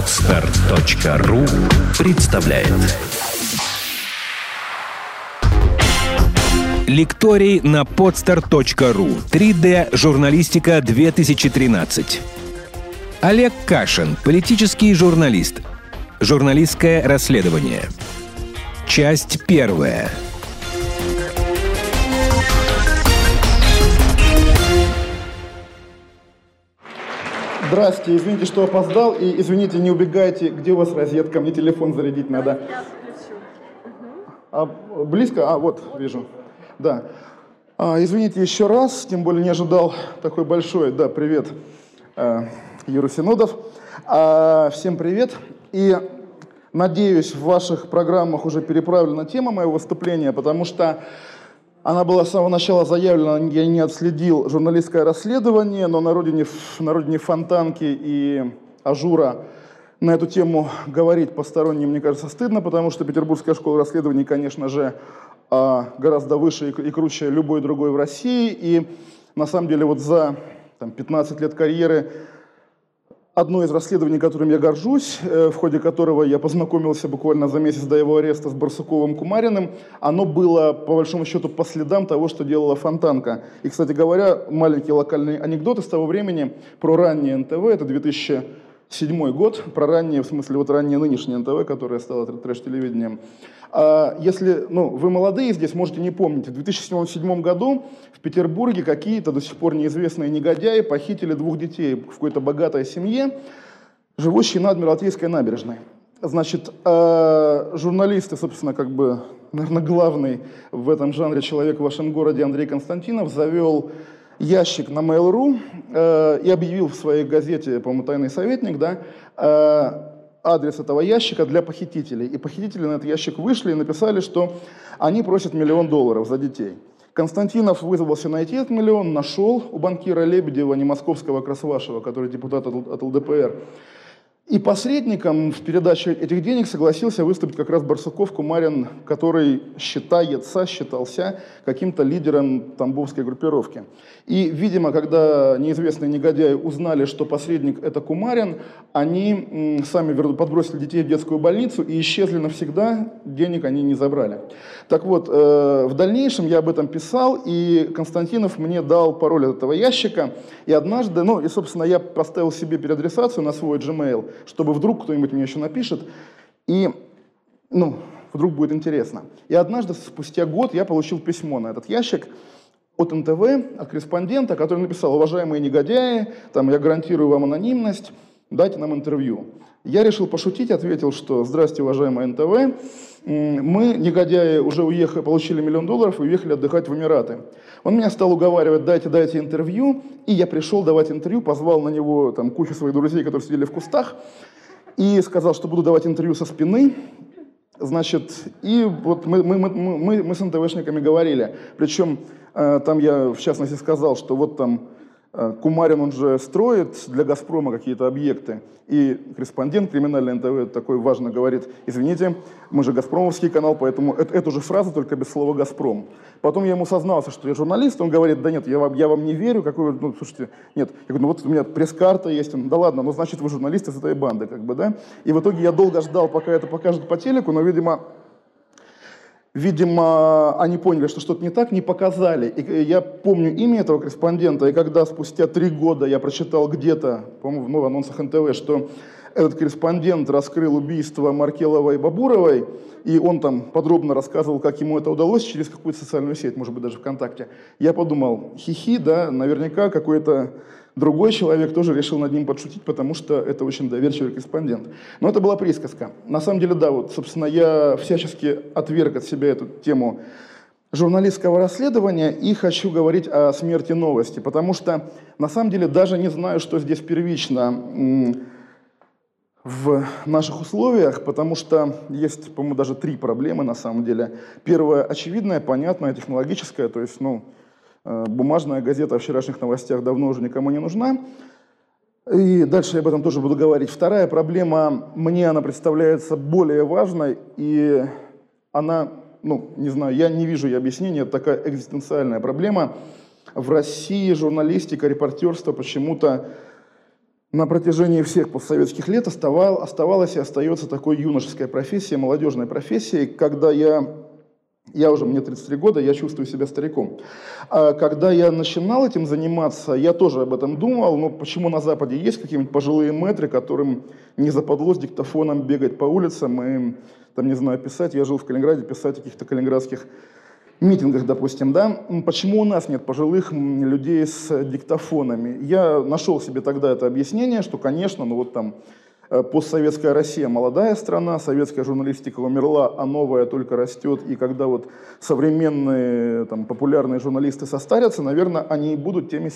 Podster.ru представляет Лекторий на Podster.ru. 3D-журналистика 2013. Олег Кашин, политический журналист. Журналистское расследование. Часть первая. Здрасте, извините, что опоздал, и извините, не убегайте, где у вас розетка, мне телефон зарядить надо. Близко? Вот, вижу. Да. Извините еще раз, тем более не ожидал такой большой. Да, привет, Юра Синодов. Всем привет. И надеюсь, в ваших программах уже переправлена тема моего выступления, потому что она была с самого начала заявлена, я не отследил журналистское расследование, но на родине Фонтанки и Ажура на эту тему говорить посторонним, мне кажется, стыдно, потому что Петербургская школа расследований, конечно же, гораздо выше и круче любой другой в России. И на самом деле вот за 15 лет карьеры одно из расследований, которым я горжусь, в ходе которого я познакомился буквально за месяц до его ареста с Барсуковым, Кумариным, оно было, по большому счету, по следам того, что делала Фонтанка. И, кстати говоря, маленький локальный анекдот из того времени про раннее НТВ, это 2007 год, про раннее, в смысле, вот раннее нынешнее НТВ, которое стало трэш-телевидением. Если вы молодые здесь, можете не помнить, в 2007 году в Петербурге какие-то до сих пор неизвестные негодяи похитили 2 детей в какой-то богатой семье, живущей на Адмиралтейской набережной. Значит, журналисты, собственно, наверное, главный в этом жанре человек в вашем городе Андрей Константинов завел ящик на Mail.ru и объявил в своей газете, по-моему, «Тайный советник», да, адрес этого ящика для похитителей. И похитители на этот ящик вышли и написали, что они просят $1 миллион за детей. Константинов вызвался найти этот миллион, нашел у банкира Лебедева, не московского, а Красвашева, который депутат от ЛДПР. И посредником в передаче этих денег согласился выступить как раз Барсуков, Кумарин, который считался каким-то лидером тамбовской группировки. И, видимо, когда неизвестные негодяи узнали, что посредник это Кумарин, они сами подбросили детей в детскую больницу и исчезли навсегда, денег они не забрали. Так вот, в дальнейшем я об этом писал, и Константинов мне дал пароль от этого ящика, и однажды, собственно, я поставил себе переадресацию на свой Gmail, чтобы вдруг кто-нибудь мне еще напишет, и, вдруг будет интересно. И однажды, спустя год, я получил письмо на этот ящик от НТВ, от корреспондента, который написал: уважаемые негодяи, я гарантирую вам анонимность, дайте нам интервью. Я решил пошутить, ответил, что здрасте, уважаемое НТВ, мы, негодяи, уже получили $1 миллион и уехали отдыхать в Эмираты. Он меня стал уговаривать: дайте интервью, и я пришел давать интервью, позвал на него кучу своих друзей, которые сидели в кустах, и сказал, что буду давать интервью со спины. Значит, и вот мы с НТВшниками говорили, причем там я в частности сказал, что вот там Кумарин, он же строит для «Газпрома» какие-то объекты. И корреспондент криминальной НТВ такой важно говорит: извините, мы же газпромовский канал, поэтому эту же фразу, только без слова «Газпром». Потом я ему сознался, что я журналист, он говорит: да нет, я вам не верю, слушайте, нет. Я говорю: вот у меня пресс-карта есть. Он: да ладно, значит вы журналист из этой банды, да. И в итоге я долго ждал, пока это покажут по телеку, но, Видимо, они поняли, что что-то не так, не показали. И я помню имя этого корреспондента, и когда спустя 3 года я прочитал где-то, по-моему, в анонсах НТВ, что этот корреспондент раскрыл убийство Маркеловой и Бабуровой, и он там подробно рассказывал, как ему это удалось через какую-то социальную сеть, может быть, даже ВКонтакте, я подумал: хихи, да, наверняка какой-то другой человек тоже решил над ним подшутить, потому что это очень доверчивый корреспондент. Но это была присказка. На самом деле, да, собственно, я всячески отверг от себя эту тему журналистского расследования и хочу говорить о смерти новости, потому что, на самом деле, даже не знаю, что здесь первично в наших условиях, потому что есть, по-моему, даже 3 проблемы, на самом деле. Первая очевидная, понятная, технологическая, то есть, бумажная газета о вчерашних новостях давно уже никому не нужна. И дальше я об этом тоже буду говорить. Вторая проблема, мне она представляется более важной, и она, не знаю, я не вижу ей объяснения, это такая экзистенциальная проблема. В России журналистика, репортерство почему-то на протяжении всех постсоветских лет оставалась и остается такой юношеской профессией, молодежной профессией, когда мне 33 года, я чувствую себя стариком. А когда я начинал этим заниматься, я тоже об этом думал, но почему на Западе есть какие-нибудь пожилые мэтры, которым не западло с диктофоном бегать по улицам и, там, не знаю, писать, я жил в Калининграде, писать о каких-то калининградских митингах, допустим, да? Почему у нас нет пожилых людей с диктофонами? Я нашел себе тогда это объяснение, что, конечно, ну вот там постсоветская Россия молодая страна, советская журналистика умерла, а новая только растет, и когда вот современные там, популярные журналисты состарятся, наверное, они и будут теми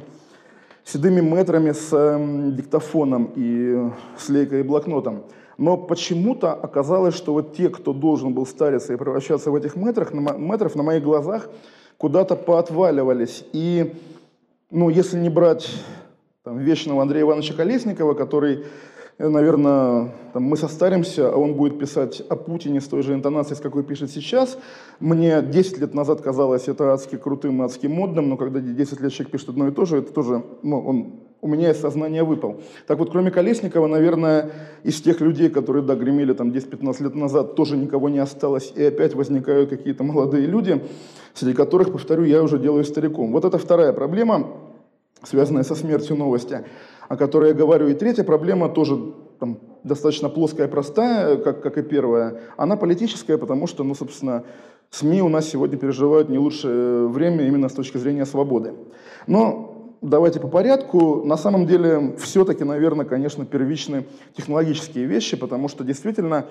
седыми мэтрами с диктофоном и с лейкой и блокнотом. Но почему-то оказалось, что вот те, кто должен был стариться и превращаться в этих мэтров на моих глазах куда-то поотваливались. И, ну, если не брать там, вечного Андрея Ивановича Колесникова, который, наверное, там, мы состаримся, а он будет писать о Путине с той же интонацией, с какой пишет сейчас. Мне 10 лет назад казалось это адски крутым, адски модным, но когда 10 лет человек пишет одно и то же, это тоже, ну, у меня из сознания выпал. Так вот, кроме Колесникова, наверное, из тех людей, которые, да, гремели там 10-15 лет назад, тоже никого не осталось, и опять возникают какие-то молодые люди, среди которых, повторю, я уже делаю стариком. Вот это вторая проблема, связанная со смертью новости, о которой я говорю. И третья проблема тоже там, достаточно плоская, простая, как и первая. Она политическая, потому что, ну, собственно, СМИ у нас сегодня переживают не лучшее время именно с точки зрения свободы. Но давайте по порядку. На самом деле, все-таки, наверное, конечно, первичны технологические вещи, потому что действительно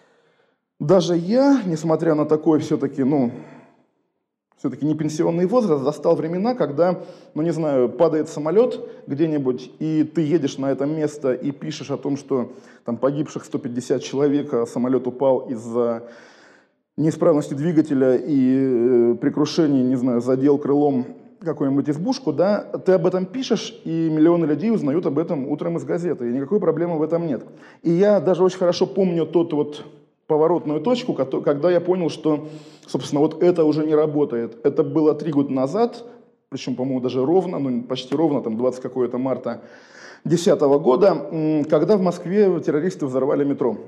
даже я, несмотря на такой все-таки, ну, все-таки не пенсионный возраст, застал времена, когда, ну не знаю, падает самолет где-нибудь, и ты едешь на это место и пишешь о том, что там погибших 150 человек, а самолет упал из-за неисправности двигателя и при крушении, не знаю, задел крылом какую-нибудь избушку, да, ты об этом пишешь, и миллионы людей узнают об этом утром из газеты, и никакой проблемы в этом нет. И я даже очень хорошо помню тот вот поворотную точку, когда я понял, что, собственно, вот это уже не работает. Это было 3 года назад, причем, по-моему, даже ровно, ну почти ровно, там 20 какое-то марта 2010 года, когда в Москве террористы взорвали метро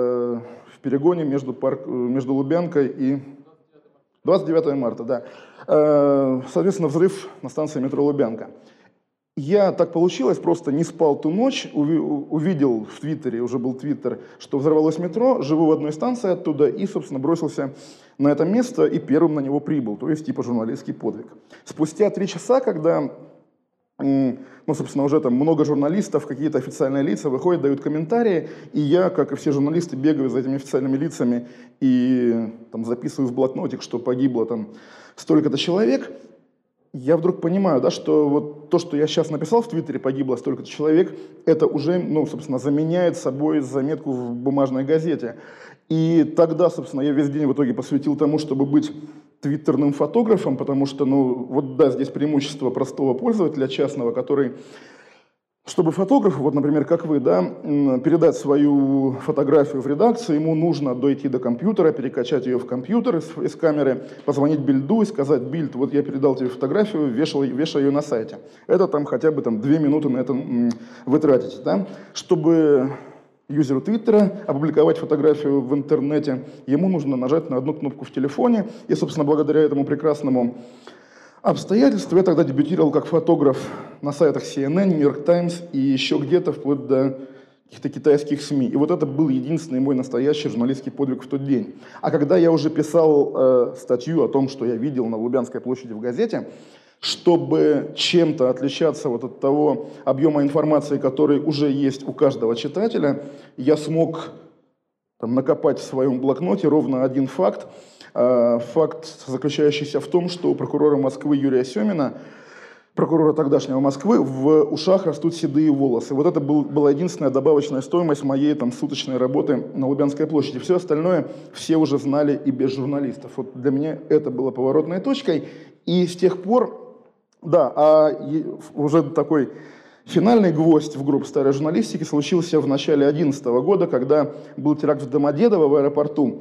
в перегоне между Лубянкой и... 29 марта, да. Соответственно, взрыв на станции метро Лубянка. Я, так получилось, просто не спал ту ночь, увидел в Твиттере, уже был Твиттер, что взорвалось метро, живу в одной станции оттуда и, собственно, бросился на это место и первым на него прибыл, то есть типа журналистский подвиг. Спустя 3 часа, когда, ну, собственно, уже там много журналистов, какие-то официальные лица выходят, дают комментарии, и я, как и все журналисты, бегаю за этими официальными лицами и там записываю в блокнотик, что погибло там столько-то человек. Я вдруг понимаю, да, что вот то, что я сейчас написал в Твиттере, погибло столько-то человек, это уже, ну, собственно, заменяет собой заметку в бумажной газете. И тогда, собственно, я весь день в итоге посвятил тому, чтобы быть твиттерным фотографом, потому что, ну, вот да, здесь преимущество простого пользователя частного, который, чтобы фотографу, вот, например, как вы, да, передать свою фотографию в редакцию, ему нужно дойти до компьютера, перекачать ее в компьютер из камеры, позвонить Бильду и сказать: Бильд, вот я передал тебе фотографию, вешай ее на сайте. Это там хотя бы там 2 минуты на это вы тратите, да? Чтобы юзеру Твиттера опубликовать фотографию в интернете, ему нужно нажать на одну кнопку в телефоне, и, собственно, благодаря этому прекрасному обстоятельству я тогда дебютировал как фотограф на сайтах CNN, New York Times и еще где-то, вплоть до каких-то китайских СМИ. И вот это был единственный мой настоящий журналистский подвиг в тот день. А когда я уже писал статью о том, что я видел на Лубянской площади в газете, чтобы чем-то отличаться вот от того объема информации, который уже есть у каждого читателя, я смог там накопать в своем блокноте ровно один факт. Факт, заключающийся в том, что у прокурора Москвы Юрия Семина, прокурора тогдашнего Москвы, в ушах растут седые волосы. Вот это была единственная добавочная стоимость моей там суточной работы на Лубянской площади. Все остальное все уже знали и без журналистов. Вот для меня это было поворотной точкой. И с тех пор, да, уже такой финальный гвоздь в гроб старой журналистики случился в начале 2011 года, когда был теракт в Домодедово в аэропорту.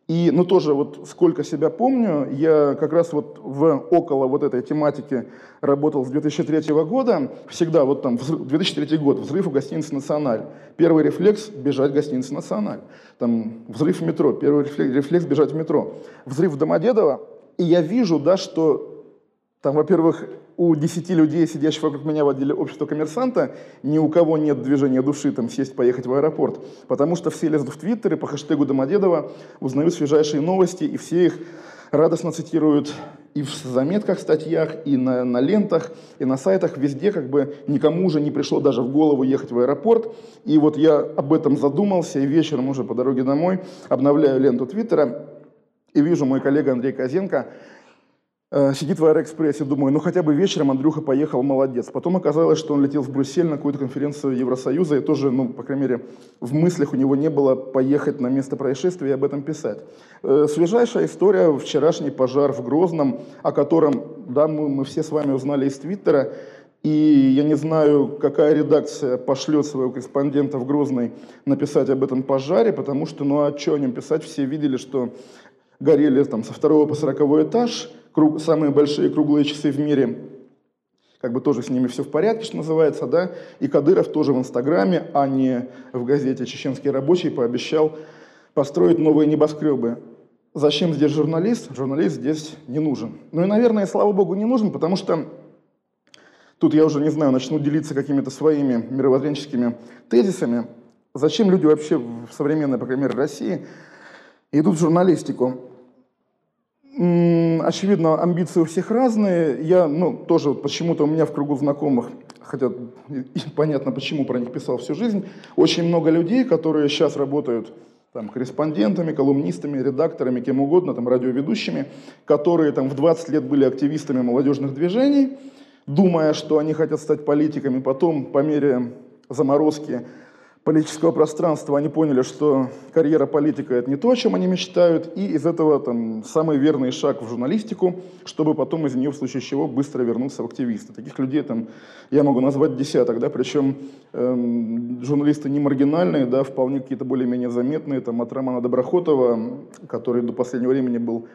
И, ну, тоже вот сколько себя помню, я как раз вот около вот этой тематики работал с 2003 года. Всегда вот там, 2003 год, взрыв у гостиницы «Националь». Первый рефлекс – бежать в гостиницу «Националь». Там взрыв в метро, первый рефлекс – бежать в метро. Взрыв в Домодедово, и я вижу, да, что там, во-первых, у 10 людей, сидящих вокруг меня в отделе общества коммерсанта, ни у кого нет движения души там сесть, поехать в аэропорт, потому что все лезут в Твиттеры по хэштегу Домодедово, узнают свежайшие новости, и все их радостно цитируют и в заметках, статьях, и на лентах, и на сайтах, везде, как бы никому уже не пришло даже в голову ехать в аэропорт. И вот я об этом задумался, и вечером уже по дороге домой обновляю ленту Твиттера, и вижу, мой коллега Андрей Козенко сидит в Аэроэкспрессе, думаю, ну хотя бы вечером Андрюха поехал, молодец. Потом оказалось, что он летел в Брюссель на какую-то конференцию Евросоюза, и тоже, ну, по крайней мере, в мыслях у него не было поехать на место происшествия и об этом писать. Свежайшая история, вчерашний пожар в Грозном, о котором, да, мы все с вами узнали из Твиттера, и я не знаю, какая редакция пошлет своего корреспондента в Грозный написать об этом пожаре, потому что, ну а что о нем писать, все видели, что горели там со 2 по 40 этаж, самые большие круглые часы в мире, как бы тоже с ними все в порядке, что называется, да, и Кадыров тоже в Инстаграме, а не в газете «Чеченский рабочий» пообещал построить новые небоскребы. Зачем здесь журналист? Журналист здесь не нужен. Ну и, наверное, слава богу, не нужен, потому что тут я уже, не знаю, начну делиться какими-то своими мировоззренческими тезисами. Зачем люди вообще в современной, по крайней мере, России идут в журналистику? Очевидно, амбиции у всех разные. Я, ну, тоже вот почему-то у меня в кругу знакомых, хотя понятно, почему про них писал всю жизнь, очень много людей, которые сейчас работают там корреспондентами, колумнистами, редакторами, кем угодно, там, радиоведущими, которые там в 20 лет были активистами молодежных движений, думая, что они хотят стать политиками, потом по мере заморозки политического пространства они поняли, что карьера политика – это не то, о чем они мечтают, и из этого там самый верный шаг в журналистику, чтобы потом из нее, в случае чего, быстро вернуться в активисты. Таких людей там я могу назвать десяток, да, причем журналисты не маргинальные, да, вполне какие-то более-менее заметные, там, от Романа Доброхотова, который до последнего времени был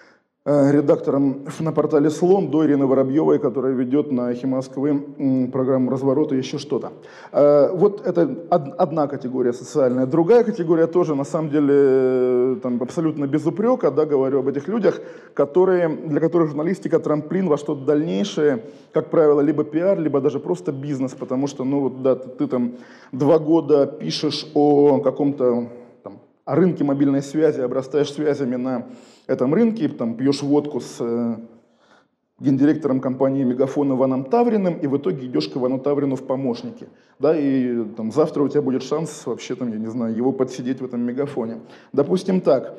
редактором на портале «Слон», до Ирины Воробьевой, которая ведет на «Эхе Москвы» программу «Разворот» и еще что-то. Вот это одна категория социальная. Другая категория тоже, на самом деле, там, абсолютно без упрека, да, говорю об этих людях, для которых журналистика – трамплин во что-то дальнейшее, как правило, либо пиар, либо даже просто бизнес, потому что, ну вот, да, ты там 2 года пишешь о каком-то о рынке мобильной связи, обрастаешь связями на этом рынке, там, пьешь водку с гендиректором компании «Мегафон» Иваном Тавриным, и в итоге идешь к Ивану Таврину в помощники. Да, и там, завтра у тебя будет шанс вообще, там, я не знаю, его подсидеть в этом «Мегафоне». Допустим так,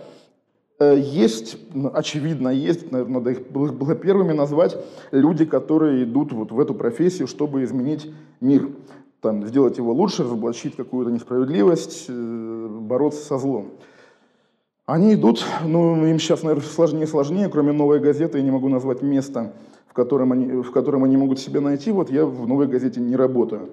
есть, очевидно, есть, наверное, надо их было первыми назвать, люди, которые идут вот в эту профессию, чтобы изменить мир. Там, сделать его лучше, разоблачить какую-то несправедливость, бороться со злом. Они идут, ну, им сейчас, наверное, сложнее и сложнее, кроме «Новой газеты», я не могу назвать место, в котором они могут себя найти, вот я в «Новой газете» не работаю.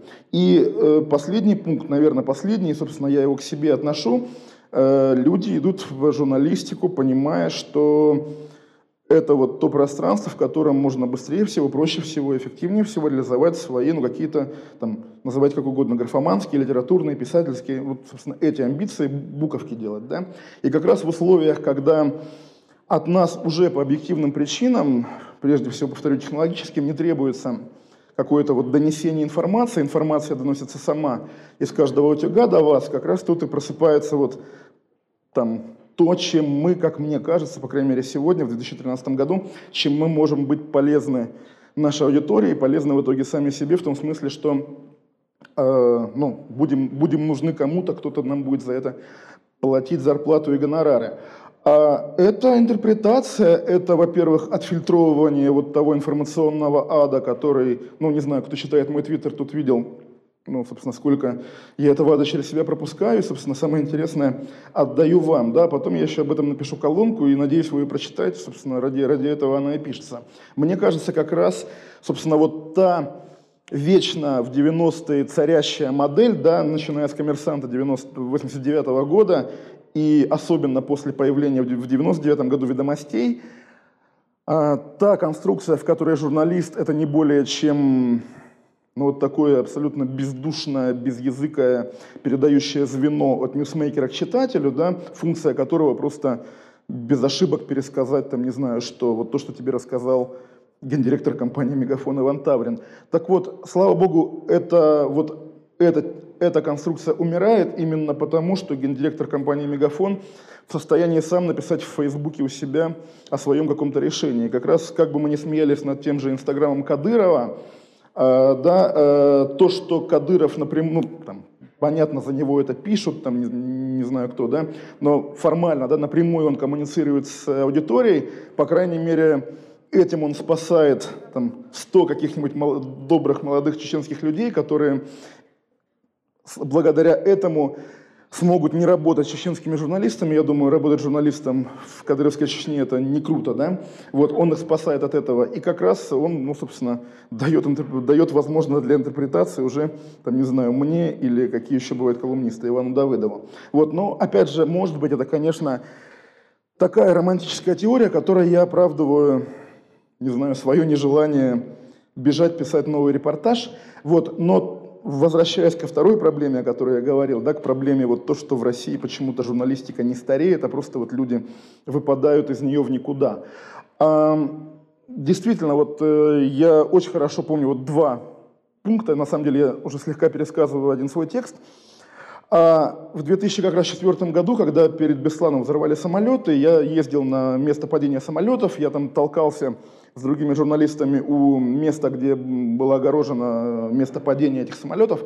И последний пункт, наверное, последний, собственно, я его к себе отношу, люди идут в журналистику, понимая, что это вот то пространство, в котором можно быстрее всего, проще всего, эффективнее всего реализовать свои, ну, какие-то, там, называть как угодно, графоманские, литературные, писательские, вот, собственно, эти амбиции, буковки делать, да. И как раз в условиях, когда от нас уже по объективным причинам, прежде всего, повторю, технологическим, не требуется какое-то вот донесение информации, информация доносится сама из каждого утюга до вас, как раз тут и просыпается вот там то, чем мы, как мне кажется, по крайней мере сегодня, в 2013 году, чем мы можем быть полезны нашей аудитории, полезны в итоге сами себе, в том смысле, что ну, будем нужны кому-то, кто-то нам будет за это платить зарплату и гонорары. Это интерпретация, это, во-первых, отфильтровывание вот того информационного ада, который, ну, не знаю, кто читает мой твиттер, тут видел, ну, собственно, сколько я этого ада через себя пропускаю, и, собственно, самое интересное отдаю вам, да, потом я еще об этом напишу колонку, и, надеюсь, вы ее прочитаете, собственно, ради этого она и пишется. Мне кажется, как раз, собственно, вот та вечно в 90-е царящая модель, да, начиная с «Коммерсанта» 89-го года, и особенно после появления в 1999 году «Ведомостей», та конструкция, в которой журналист — это не более чем вот такое абсолютно бездушное, безязыкое, передающее звено от ньюсмейкера к читателю, да, функция которого просто без ошибок пересказать, там, не знаю, что, вот то, что тебе рассказал гендиректор компании «Мегафон» Иван Таврин. Так вот, слава богу, эта конструкция умирает именно потому, что гендиректор компании «Мегафон» в состоянии сам написать в Фейсбуке у себя о своем каком-то решении. Как раз, как бы мы ни смеялись над тем же инстаграмом Кадырова, то, что Кадыров напрямую, понятно, за него это пишут, не знаю кто, да, но формально, да, напрямую он коммуницирует с аудиторией, по крайней мере, этим он спасает 100 каких-нибудь добрых молодых чеченских людей, которые благодаря этому смогут не работать чеченскими журналистами. Я думаю, работать журналистом в кадыровской Чечне — это не круто, да? Вот, он их спасает от этого. И как раз он, собственно, дает возможность для интерпретации уже, не знаю, мне или какие еще бывают колумнисты, Ивану Давыдову. Вот, но, опять же, может быть, это, конечно, такая романтическая теория, которой я оправдываю, не знаю, свое нежелание бежать писать новый репортаж. Вот, но возвращаясь ко второй проблеме, о которой я говорил, да, к проблеме вот то, что в России почему-то журналистика не стареет, а просто вот люди выпадают из нее в никуда. Действительно, вот я очень хорошо помню вот два пункта, на самом деле я уже слегка пересказываю один свой текст. В 2004 году, когда перед Бесланом взорвали самолеты, я ездил на место падения самолетов, я там толкался с другими журналистами у места, где было огорожено место падения этих самолетов.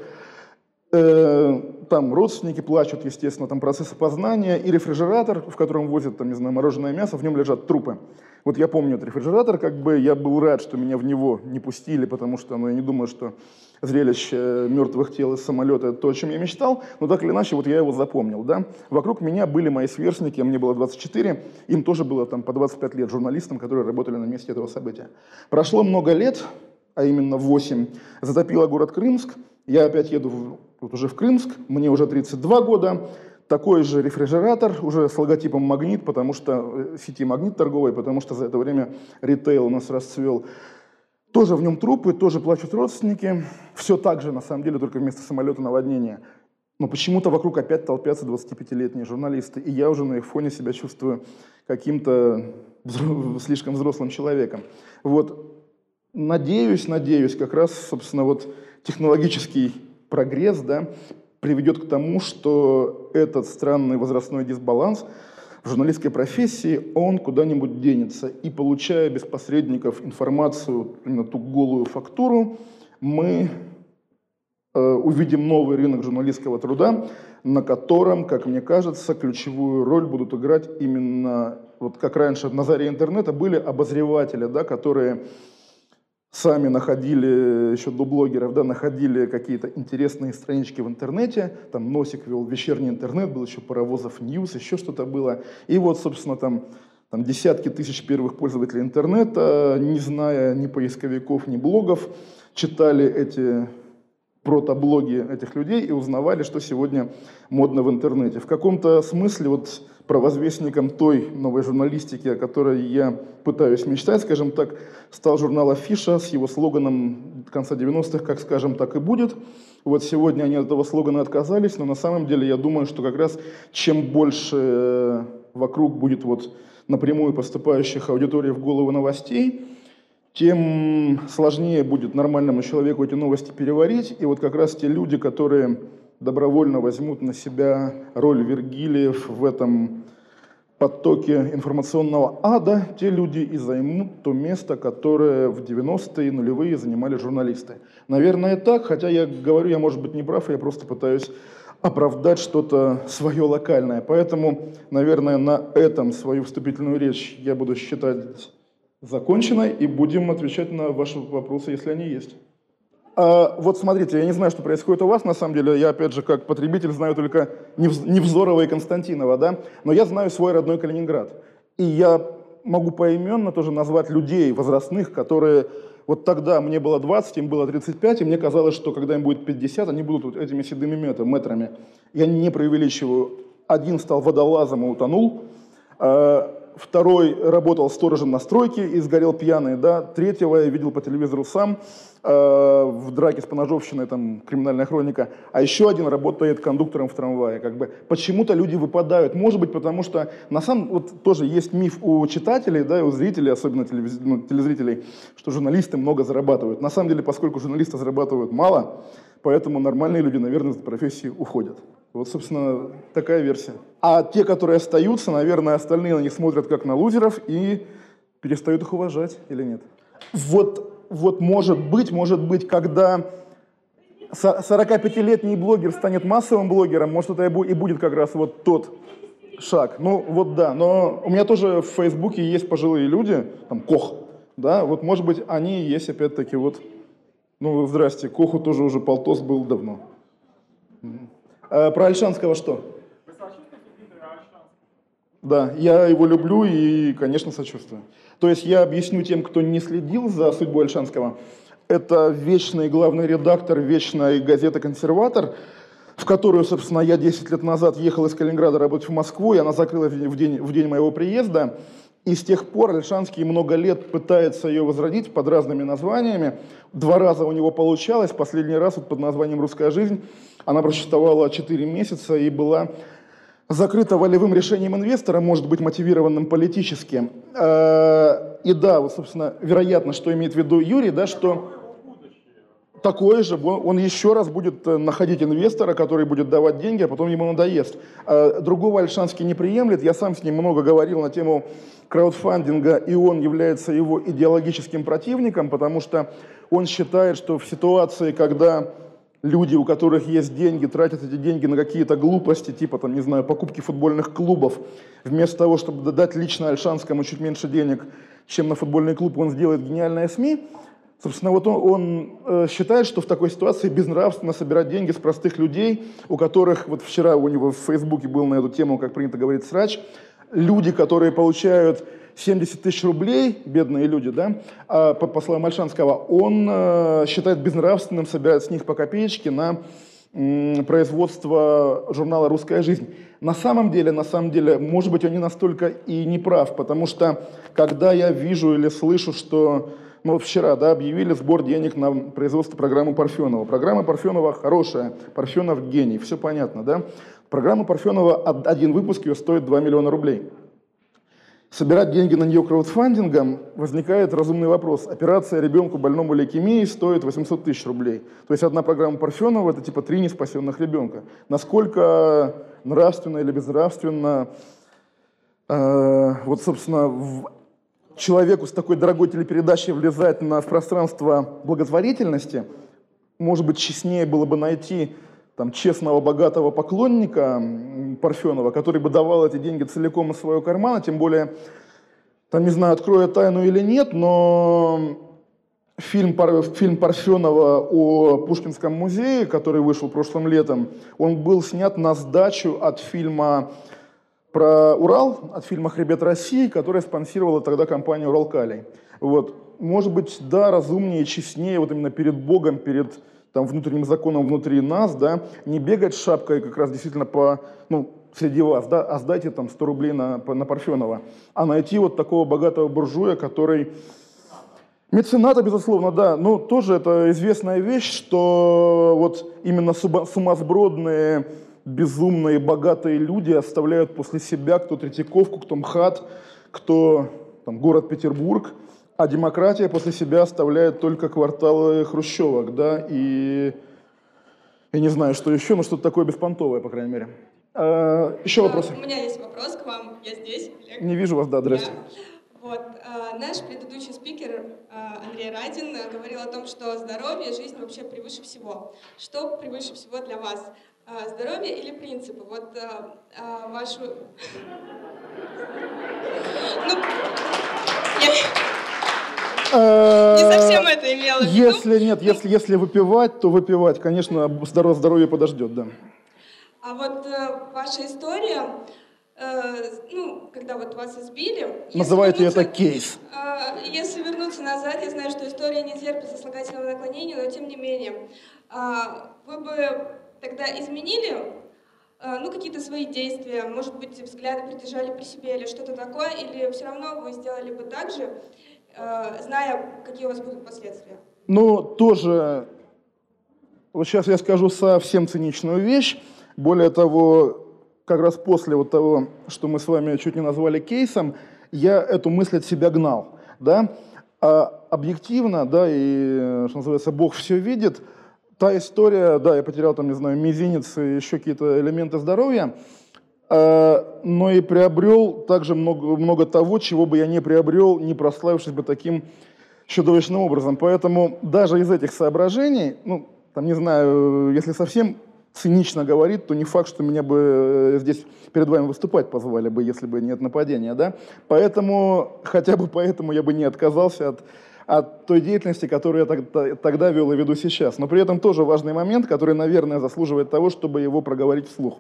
Там родственники плачут, естественно, там процесс опознания, и рефрижератор, в котором возят, там, не знаю, мороженое мясо, в нем лежат трупы. Вот я помню этот рефрижератор, как бы я был рад, что меня в него не пустили, потому что, я не думаю, что зрелище мертвых тел из самолета — это то, о чем я мечтал, но так или иначе, вот я его запомнил, да. Вокруг меня были мои сверстники, мне было 24, им тоже было там по 25 лет, журналистам, которые работали на месте этого события. Прошло много лет, а именно 8, затопило город Крымск, я опять еду уже в Крымск, мне уже 32 года, такой же рефрижератор, уже с логотипом «Магнит», потому что сети «Магнит» торговой, потому что за это время ритейл у нас расцвел. Тоже в нем трупы, тоже плачут родственники. Все так же, на самом деле, только вместо самолета наводнение. Но почему-то вокруг опять толпятся 25-летние журналисты, и я уже на их фоне себя чувствую каким-то слишком взрослым человеком. Вот. Надеюсь, как раз, собственно, вот технологический прогресс, да, приведет к тому, что этот странный возрастной дисбаланс в журналистской профессии, он куда-нибудь денется. И получая без посредников информацию, именно ту голую фактуру, мы увидим новый рынок журналистского труда, на котором, как мне кажется, ключевую роль будут играть именно, вот как раньше на заре интернета были обозреватели, да, которые сами находили, еще до блогеров, да, находили какие-то интересные странички в интернете, там Носик вел вечерний интернет, был еще Паровозов Ньюс, еще что-то было. И вот, собственно, там десятки тысяч первых пользователей интернета, не зная ни поисковиков, ни блогов, читали эти протоблоги этих людей и узнавали, что сегодня модно в интернете. В каком-то смысле вот провозвестником той новой журналистики, о которой я пытаюсь мечтать, скажем так, стал журнал «Афиша» с его слоганом конца 90-х «Как скажем, так и будет». Вот сегодня они от этого слогана отказались, но на самом деле я думаю, что как раз чем больше вокруг будет вот напрямую поступающих аудиторий в голову новостей, тем сложнее будет нормальному человеку эти новости переварить. И вот как раз те люди, которые добровольно возьмут на себя роль Вергилиев в этом потоке информационного ада, те люди и займут то место, которое в 90-е нулевые занимали журналисты. Наверное, так, хотя я говорю, я, может быть, не прав, я просто пытаюсь оправдать что-то свое локальное. Поэтому, наверное, на этом свою вступительную речь я буду считать законченной, и будем отвечать на ваши вопросы, если они есть. Вот смотрите, я не знаю, что происходит у вас, на самом деле, я, опять же, как потребитель знаю только Невзорова и Константинова, да, но я знаю свой родной Калининград. И я могу поименно тоже назвать людей возрастных, которые вот тогда мне было 20, им было 35, и мне казалось, что когда им будет 50, они будут вот этими седыми метрами. Я не преувеличиваю. Один стал водолазом и утонул. Второй работал сторожем на стройке и сгорел пьяный, да. Третьего я видел по телевизору сам, в драке с поножовщиной, там, криминальная хроника. А еще один работает кондуктором в трамвае. Как бы почему-то люди выпадают. Может быть, потому что на самом вот тоже есть миф у читателей, да, и у зрителей, особенно телезрителей, что журналисты много зарабатывают. На самом деле, поскольку журналисты зарабатывают мало, поэтому нормальные люди, наверное, из этой профессии уходят. Вот, собственно, такая версия. А те, которые остаются, наверное, остальные на них смотрят как на лузеров и перестают их уважать или нет. Вот может быть, когда 45-летний блогер станет массовым блогером, может, это и будет как раз вот тот шаг. Ну, вот да. Но у меня тоже в Фейсбуке есть пожилые люди, там, Кох, да, вот, может быть, они и есть опять-таки вот, ну, здрасте, Коху тоже уже полтос был давно. Про Ольшанского что? Вы сочувствуете Дмитрию Ольшанскому? Да, я его люблю и, конечно, сочувствую. То есть я объясню тем, кто не следил за судьбой Ольшанского. Это вечный главный редактор вечной газеты «Консерватор», в которую, собственно, я 10 лет назад ехал из Калининграда работать в Москву, и она закрылась в день моего приезда. И с тех пор Ольшанский много лет пытается ее возродить под разными названиями. 2 раза у него получалось. Последний раз вот под названием «Русская жизнь». Она просуществовала 4 месяца и была закрыта волевым решением инвестора, может быть, мотивированным политически. И да, вот, собственно, вероятно, что имеет в виду Юрий, да, что такое же, он еще раз будет находить инвестора, который будет давать деньги, а потом ему надоест. Другого Ольшанский не приемлет. Я сам с ним много говорил на тему краудфандинга, и он является его идеологическим противником, потому что он считает, что в ситуации, когда люди, у которых есть деньги, тратят эти деньги на какие-то глупости, типа, там, не знаю, покупки футбольных клубов, вместо того, чтобы дать лично Ольшанскому чуть меньше денег, чем на футбольный клуб, он сделает гениальное СМИ. Собственно, вот он считает, что в такой ситуации безнравственно собирать деньги с простых людей, у которых, вот вчера у него в Фейсбуке был на эту тему, как принято говорить, срач, люди, которые получают 70 тысяч рублей, бедные люди, да, по словам Ольшанского, он считает безнравственным собирать с них по копеечке на производство журнала «Русская жизнь». На самом деле, может быть, он не настолько и не прав, потому что, когда я вижу или слышу, что, ну вот вчера, да, объявили сбор денег на производство программы Парфенова. Программа Парфенова хорошая, Парфенов гений, все понятно, да. Программа Парфенова, один выпуск ее стоит 2 миллиона рублей. Собирать деньги на нее краудфандингом, возникает разумный вопрос. Операция ребенку больному лейкемией стоит 800 тысяч рублей. То есть одна программа Парфенова – это типа 3 неспасенных ребенка. Насколько нравственно или безнравственно, вот, собственно, человеку с такой дорогой телепередачей влезать в пространство благотворительности, может быть, честнее было бы найти там, честного, богатого поклонника Парфенова, который бы давал эти деньги целиком из своего кармана, тем более, там, не знаю, открою тайну или нет, но фильм Парфенова о Пушкинском музее, который вышел прошлым летом, он был снят на сдачу от фильма про Урал, от фильма «Хребет России», который спонсировала тогда компания «Уралкалий». Вот. Может быть, да, разумнее, честнее, вот именно перед Богом, перед там, внутренним законом внутри нас, да, не бегать с шапкой как раз действительно среди вас, да, а сдайте там 100 рублей на Парфенова, а найти вот такого богатого буржуя, который... Мецената, безусловно, да, но тоже это известная вещь, что вот именно сумасбродные, безумные, богатые люди оставляют после себя кто Третьяковку, кто МХАТ, кто там, город Петербург, а демократия после себя оставляет только кварталы хрущевок, да, и я не знаю, что еще, но что-то такое беспонтовое, по крайней мере. Еще вопросы? У меня есть вопрос к вам, я здесь. Олег. Не вижу вас, да, здрасте. Вот, наш предыдущий спикер Андрей Радин говорил о том, что здоровье, жизнь вообще превыше всего. Что превыше всего для вас? Здоровье или принципы? Вот вашу... Не совсем это имела в виду. Если нет, если выпивать, то выпивать, конечно, здоровье подождет, да. А вот ваша история, когда вот вас избили... Называйте это кейс. Если вернуться назад, я знаю, что история не терпит сослагательного наклонения, но тем не менее, вы бы тогда изменили ну, какие-то свои действия, может быть, взгляды придержали при себе или что-то такое, или все равно вы сделали бы так же, зная, какие у вас будут последствия? Ну, тоже, вот сейчас я скажу совсем циничную вещь. Более того, как раз после вот того, что мы с вами чуть не назвали кейсом, я эту мысль от себя гнал, да. А объективно, да, и, что называется, Бог все видит, та история, да, я потерял там, не знаю, мизинец и еще какие-то элементы здоровья, но и приобрел также много того, чего бы я не приобрел, не прославившись бы таким чудовищным образом. Поэтому даже из этих соображений, ну, там, не знаю, если совсем цинично говорить, то не факт, что меня бы здесь перед вами выступать позвали бы, если бы нет нападения, да. Поэтому, хотя бы поэтому я бы не отказался от той деятельности, которую я тогда вел и веду сейчас. Но при этом тоже важный момент, который, наверное, заслуживает того, чтобы его проговорить вслух.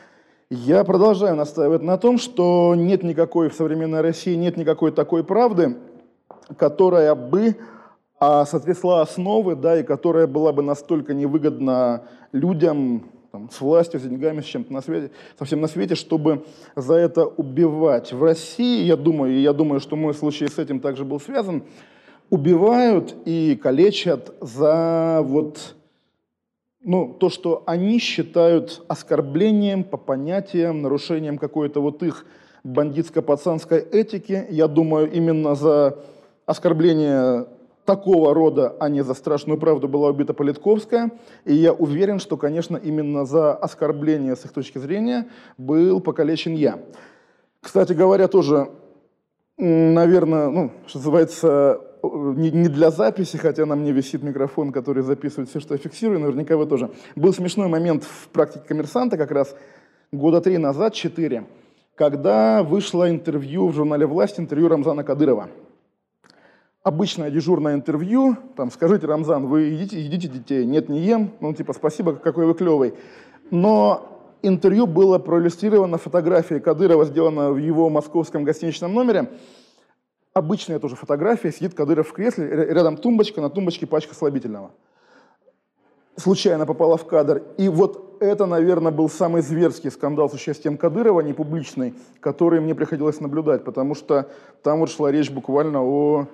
Я продолжаю настаивать на том, что нет никакой в современной России, нет никакой такой правды, которая бы соответствовала основы, да, и которая была бы настолько невыгодна людям там, с властью, с деньгами, с чем-то на свете, совсем на свете, чтобы за это убивать. В России, я думаю, что мой случай с этим также был связан, убивают и калечат за вот, ну, то, что они считают оскорблением по понятиям, нарушением какой-то вот их бандитско-пацанской этики. Я думаю, именно за оскорбление такого рода, а не за страшную правду, была убита Политковская. И я уверен, что, конечно, именно за оскорбление с их точки зрения был покалечен я. Кстати говоря, тоже, наверное, ну, что называется, не для записи, хотя на мне висит микрофон, который записывает все, что я фиксирую, наверняка вы тоже. Был смешной момент в практике «Коммерсанта» как раз года 3 назад, 4, когда вышло интервью в журнале «Власть», интервью Рамзана Кадырова. Обычное дежурное интервью, там, скажите, Рамзан, вы едите детей? Нет, не ем. Ну, типа, спасибо, какой вы клевый. Но интервью было проиллюстрировано фотографией Кадырова, сделано в его московском гостиничном номере. Обычная тоже фотография, сидит Кадыров в кресле, рядом тумбочка, на тумбочке пачка слабительного. Случайно попала в кадр. И вот это, наверное, был самый зверский скандал с участием Кадырова, не публичный, который мне приходилось наблюдать, потому что там вот шла речь буквально о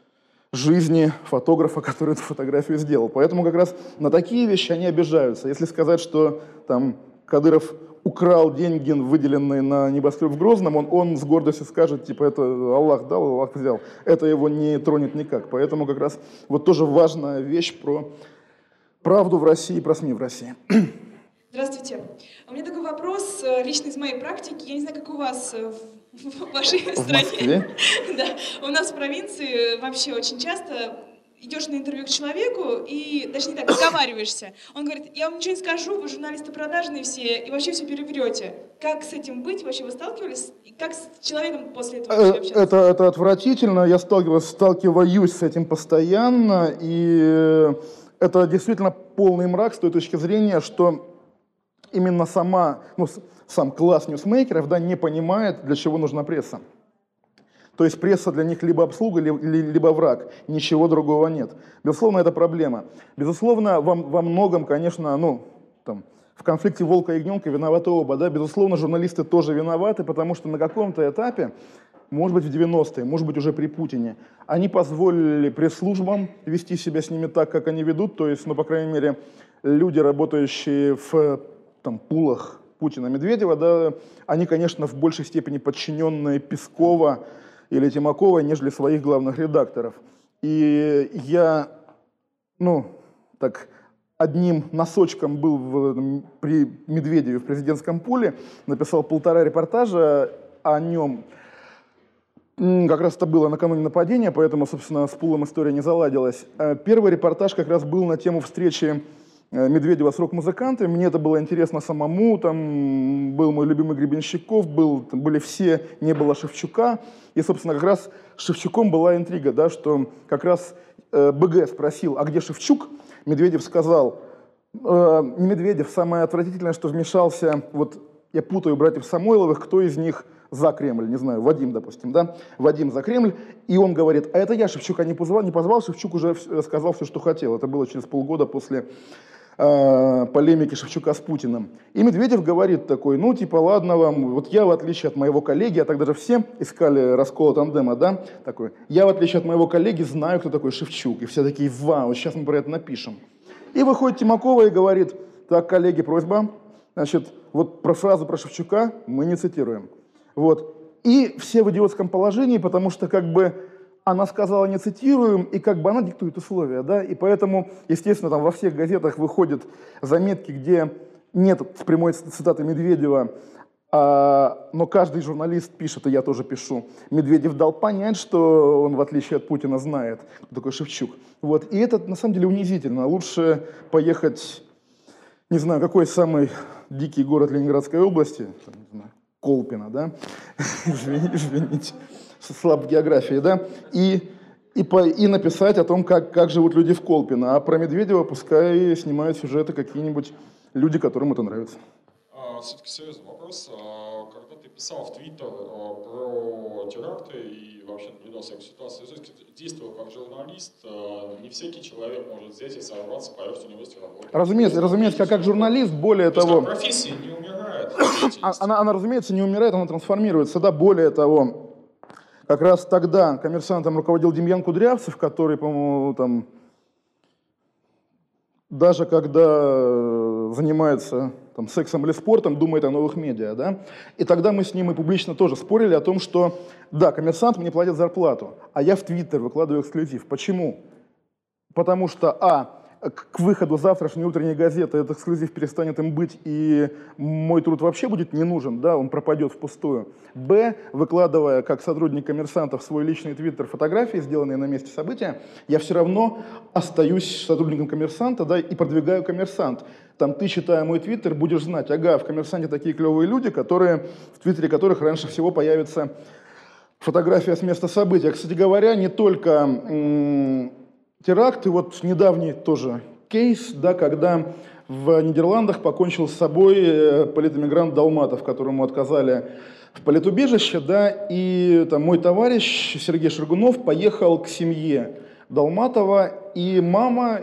жизни фотографа, который эту фотографию сделал. Поэтому как раз на такие вещи они обижаются. Если сказать, что там Кадыров украл деньги, выделенные на небоскреб в Грозном, он с гордостью скажет, типа, это Аллах дал, Аллах взял. Это его не тронет никак. Поэтому как раз вот тоже важная вещь про правду в России, про СМИ в России. Здравствуйте. У меня такой вопрос, лично из моей практики. Я не знаю, как у вас в вашей стране. Да. У нас в провинции вообще очень часто идешь на интервью к человеку и даже не так договариваешься. Он говорит, я вам ничего не скажу, вы журналисты продажные все, и вообще все переврете. Как с этим быть? Вообще вы сталкивались? И как с человеком после этого вообще общаться? Это отвратительно. Я сталкиваюсь с этим постоянно. И это действительно полный мрак с той точки зрения, что именно сам класс ньюсмейкеров, да, не понимает, для чего нужна пресса. То есть пресса для них либо обслуга, либо враг. Ничего другого нет. Безусловно, это проблема. Безусловно, во многом, конечно, в конфликте волка и ягненка виноваты оба. Да? Безусловно, журналисты тоже виноваты, потому что на каком-то этапе, может быть, в 90-е, может быть, уже при Путине, они позволили пресс-службам вести себя с ними так, как они ведут. То есть, по крайней мере, люди, работающие в пулах Путина-Медведева, да, они, конечно, в большей степени подчиненные Пескова или Тимакова, нежели своих главных редакторов. И я, одним носочком был при Медведеве в президентском пуле, написал 1,5 репортажа о нем. Как раз это было накануне нападения, поэтому, собственно, с пулом история не заладилась. Первый репортаж как раз был на тему встречи Медведева с рок-музыкантами. Мне это было интересно самому. Там был мой любимый Гребенщиков, были все, не было Шевчука. И, собственно, как раз с Шевчуком была интрига, да, что как раз БГ спросил, а где Шевчук? Медведев сказал, не Медведев, самое отвратительное, что вмешался, вот я путаю братьев Самойловых, кто из них за Кремль, не знаю, Вадим, допустим, да, Вадим за Кремль, и он говорит, а это я Шевчука не позвал, Шевчук уже сказал все, что хотел. Это было через полгода после полемики Шевчука с Путиным. И Медведев говорит такой, ну типа ладно вам, вот я в отличие от моего коллеги, а так даже все искали раскола тандема, да, такой, я в отличие от моего коллеги знаю, кто такой Шевчук. И все такие, вау, сейчас мы про это напишем. И выходит Тимакова и говорит, так, коллеги, просьба, значит, вот про фразу про Шевчука мы не цитируем. Вот. И все в идиотском положении, потому что как бы она сказала не цитируем, и как бы она диктует условия, да, и поэтому, естественно, там во всех газетах выходят заметки, где нет прямой цитаты Медведева, но каждый журналист пишет, и я тоже пишу, Медведев дал понять, что он, в отличие от Путина, знает, кто такой Шевчук. Вот. И это, на самом деле, унизительно. Лучше поехать, не знаю, какой самый дикий город Ленинградской области, не знаю, Колпино, да, извините, слаб географии, да, и написать о том, как живут люди в Колпино. А про Медведева пускай снимают сюжеты какие-нибудь люди, которым это нравится. Все-таки серьезный вопрос. Когда ты писал в Твиттер про теракты и вообще наблюдал всякую ситуацию, действовал как журналист, не всякий человек может взять и сорваться, поверить, что у него есть работа. Разумеется, как журналист, более того... Профессия не умирает. Она, разумеется, не умирает, она трансформируется, да, более того... Как раз тогда «Коммерсантом» руководил Демьян Кудрявцев, который, по-моему, там, даже когда занимается там, сексом или спортом, думает о новых медиа. Да? И тогда мы с ним и публично тоже спорили о том, что да, «Коммерсант» мне платит зарплату, а я в Твиттер выкладываю эксклюзив. Почему? Потому что, к выходу завтрашней утренней газеты этот эксклюзив перестанет им быть, и мой труд вообще будет не нужен, да, он пропадет впустую. Б, выкладывая как сотрудник «Коммерсанта» в свой личный твиттер фотографии, сделанные на месте события, я все равно остаюсь сотрудником «Коммерсанта», да, и продвигаю «Коммерсант». Там ты, читая мой твиттер, будешь знать, ага, в «Коммерсанте» такие клевые люди, в твиттере которых раньше всего появится фотография с места события. Кстати говоря, не только... теракты, вот недавний тоже кейс, да, когда в Нидерландах покончил с собой политэмигрант Долматов, которому отказали в политубежище, да, и там мой товарищ Сергей Шаргунов поехал к семье Долматова, и мама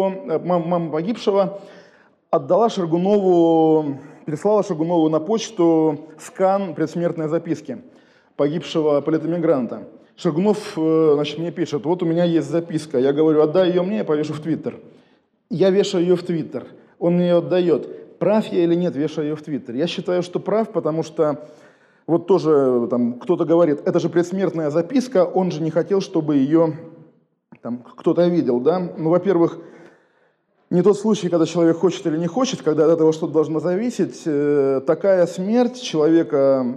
погибшего отдала Шаргунову, переслала Шаргунову на почту скан предсмертной записки погибшего политэмигранта. Шаргунов, значит, мне пишет, вот у меня есть записка, я говорю, отдай ее мне, я повешу в Твиттер. Я вешаю ее в Твиттер, он мне ее отдает. Прав я или нет, вешаю ее в Твиттер. Я считаю, что прав, потому что вот тоже там кто-то говорит, это же предсмертная записка, он же не хотел, чтобы ее там кто-то видел, да. Ну, во-первых, не тот случай, когда человек хочет или не хочет, когда от этого что-то должно зависеть. Такая смерть человека,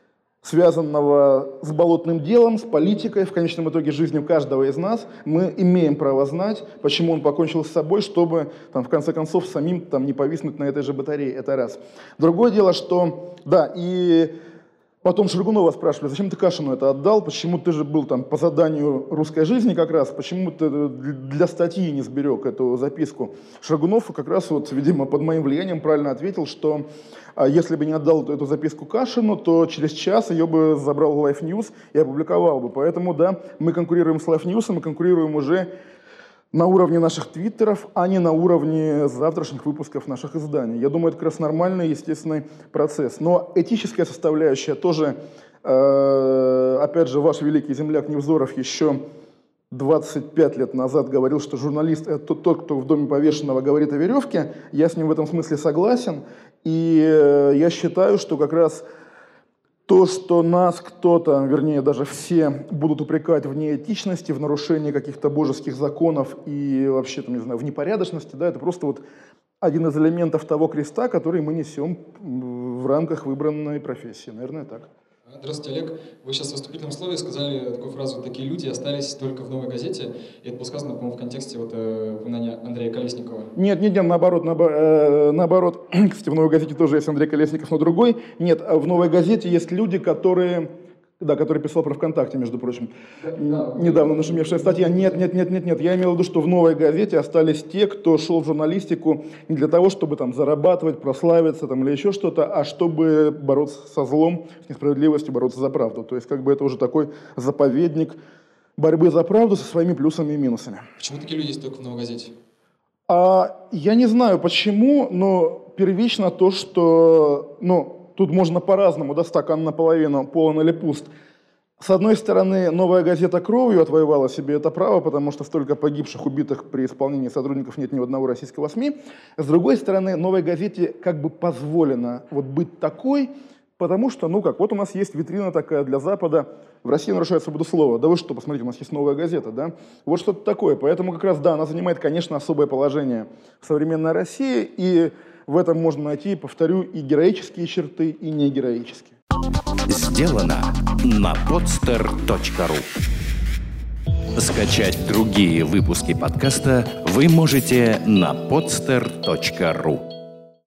связанного с болотным делом, с политикой, в конечном итоге жизнью каждого из нас, мы имеем право знать, почему он покончил с собой, чтобы, там, в конце концов, самим там, не повиснуть на этой же батарее. Это раз. Другое дело, что, да, и потом Шаргунова спрашивали, зачем ты Кашину это отдал, почему ты же был там по заданию русской жизни как раз, почему ты для статьи не сберег эту записку. Шаргунов как раз, вот, видимо, под моим влиянием правильно ответил, что если бы не отдал эту записку Кашину, то через час ее бы забрал Life News и опубликовал бы. Поэтому, да, мы конкурируем с Life News, мы конкурируем уже на уровне наших твиттеров, а не на уровне завтрашних выпусков наших изданий. Я думаю, это как раз нормальный, естественный процесс. Но этическая составляющая тоже, опять же, ваш великий земляк Невзоров еще 25 лет назад говорил, что журналист – это тот, кто в доме повешенного говорит о веревке. Я с ним в этом смысле согласен. И я считаю, что как раз то, что нас кто-то, вернее даже все, будут упрекать в неэтичности, в нарушении каких-то божеских законов и вообще, там, не знаю, в непорядочности, да, это просто вот один из элементов того креста, который мы несем в рамках выбранной профессии. Наверное, так. Здравствуйте, Олег. Вы сейчас в вступительном слове сказали такую фразу «такие люди остались только в «Новой газете». И это было сказано, по-моему, в контексте упоминания Андрея Колесникова. Нет, наоборот. Кстати, в «Новой газете» тоже есть Андрей Колесников, но другой. Нет, в «Новой газете» есть люди, которые писал про ВКонтакте, между прочим. Недавно нашумевшая статья. Нет. Я имел в виду, что в «Новой газете» остались те, кто шел в журналистику не для того, чтобы там зарабатывать, прославиться там, или еще что-то, а чтобы бороться со злом, с несправедливостью, бороться за правду. То есть как бы это уже такой заповедник борьбы за правду со своими плюсами и минусами. Почему такие люди есть только в «Новой газете»? Я не знаю почему, но первично то, что, тут можно по-разному, да, стакан наполовину полон или пуст. С одной стороны, «Новая газета» кровью отвоевала себе это право, потому что столько погибших, убитых при исполнении сотрудников нет ни у одного российского СМИ. С другой стороны, «Новой газете» как бы позволено быть такой, потому что, вот у нас есть витрина такая для Запада, в России нарушает свободу слова. Да вы что, посмотрите, у нас есть «Новая газета», да? Вот что-то такое. Поэтому как раз, да, она занимает, конечно, особое положение в современной России, и в этом можно найти, повторю, и героические черты, и негероические. Сделано на podster.ru. Скачать другие выпуски подкаста вы можете на podster.ru.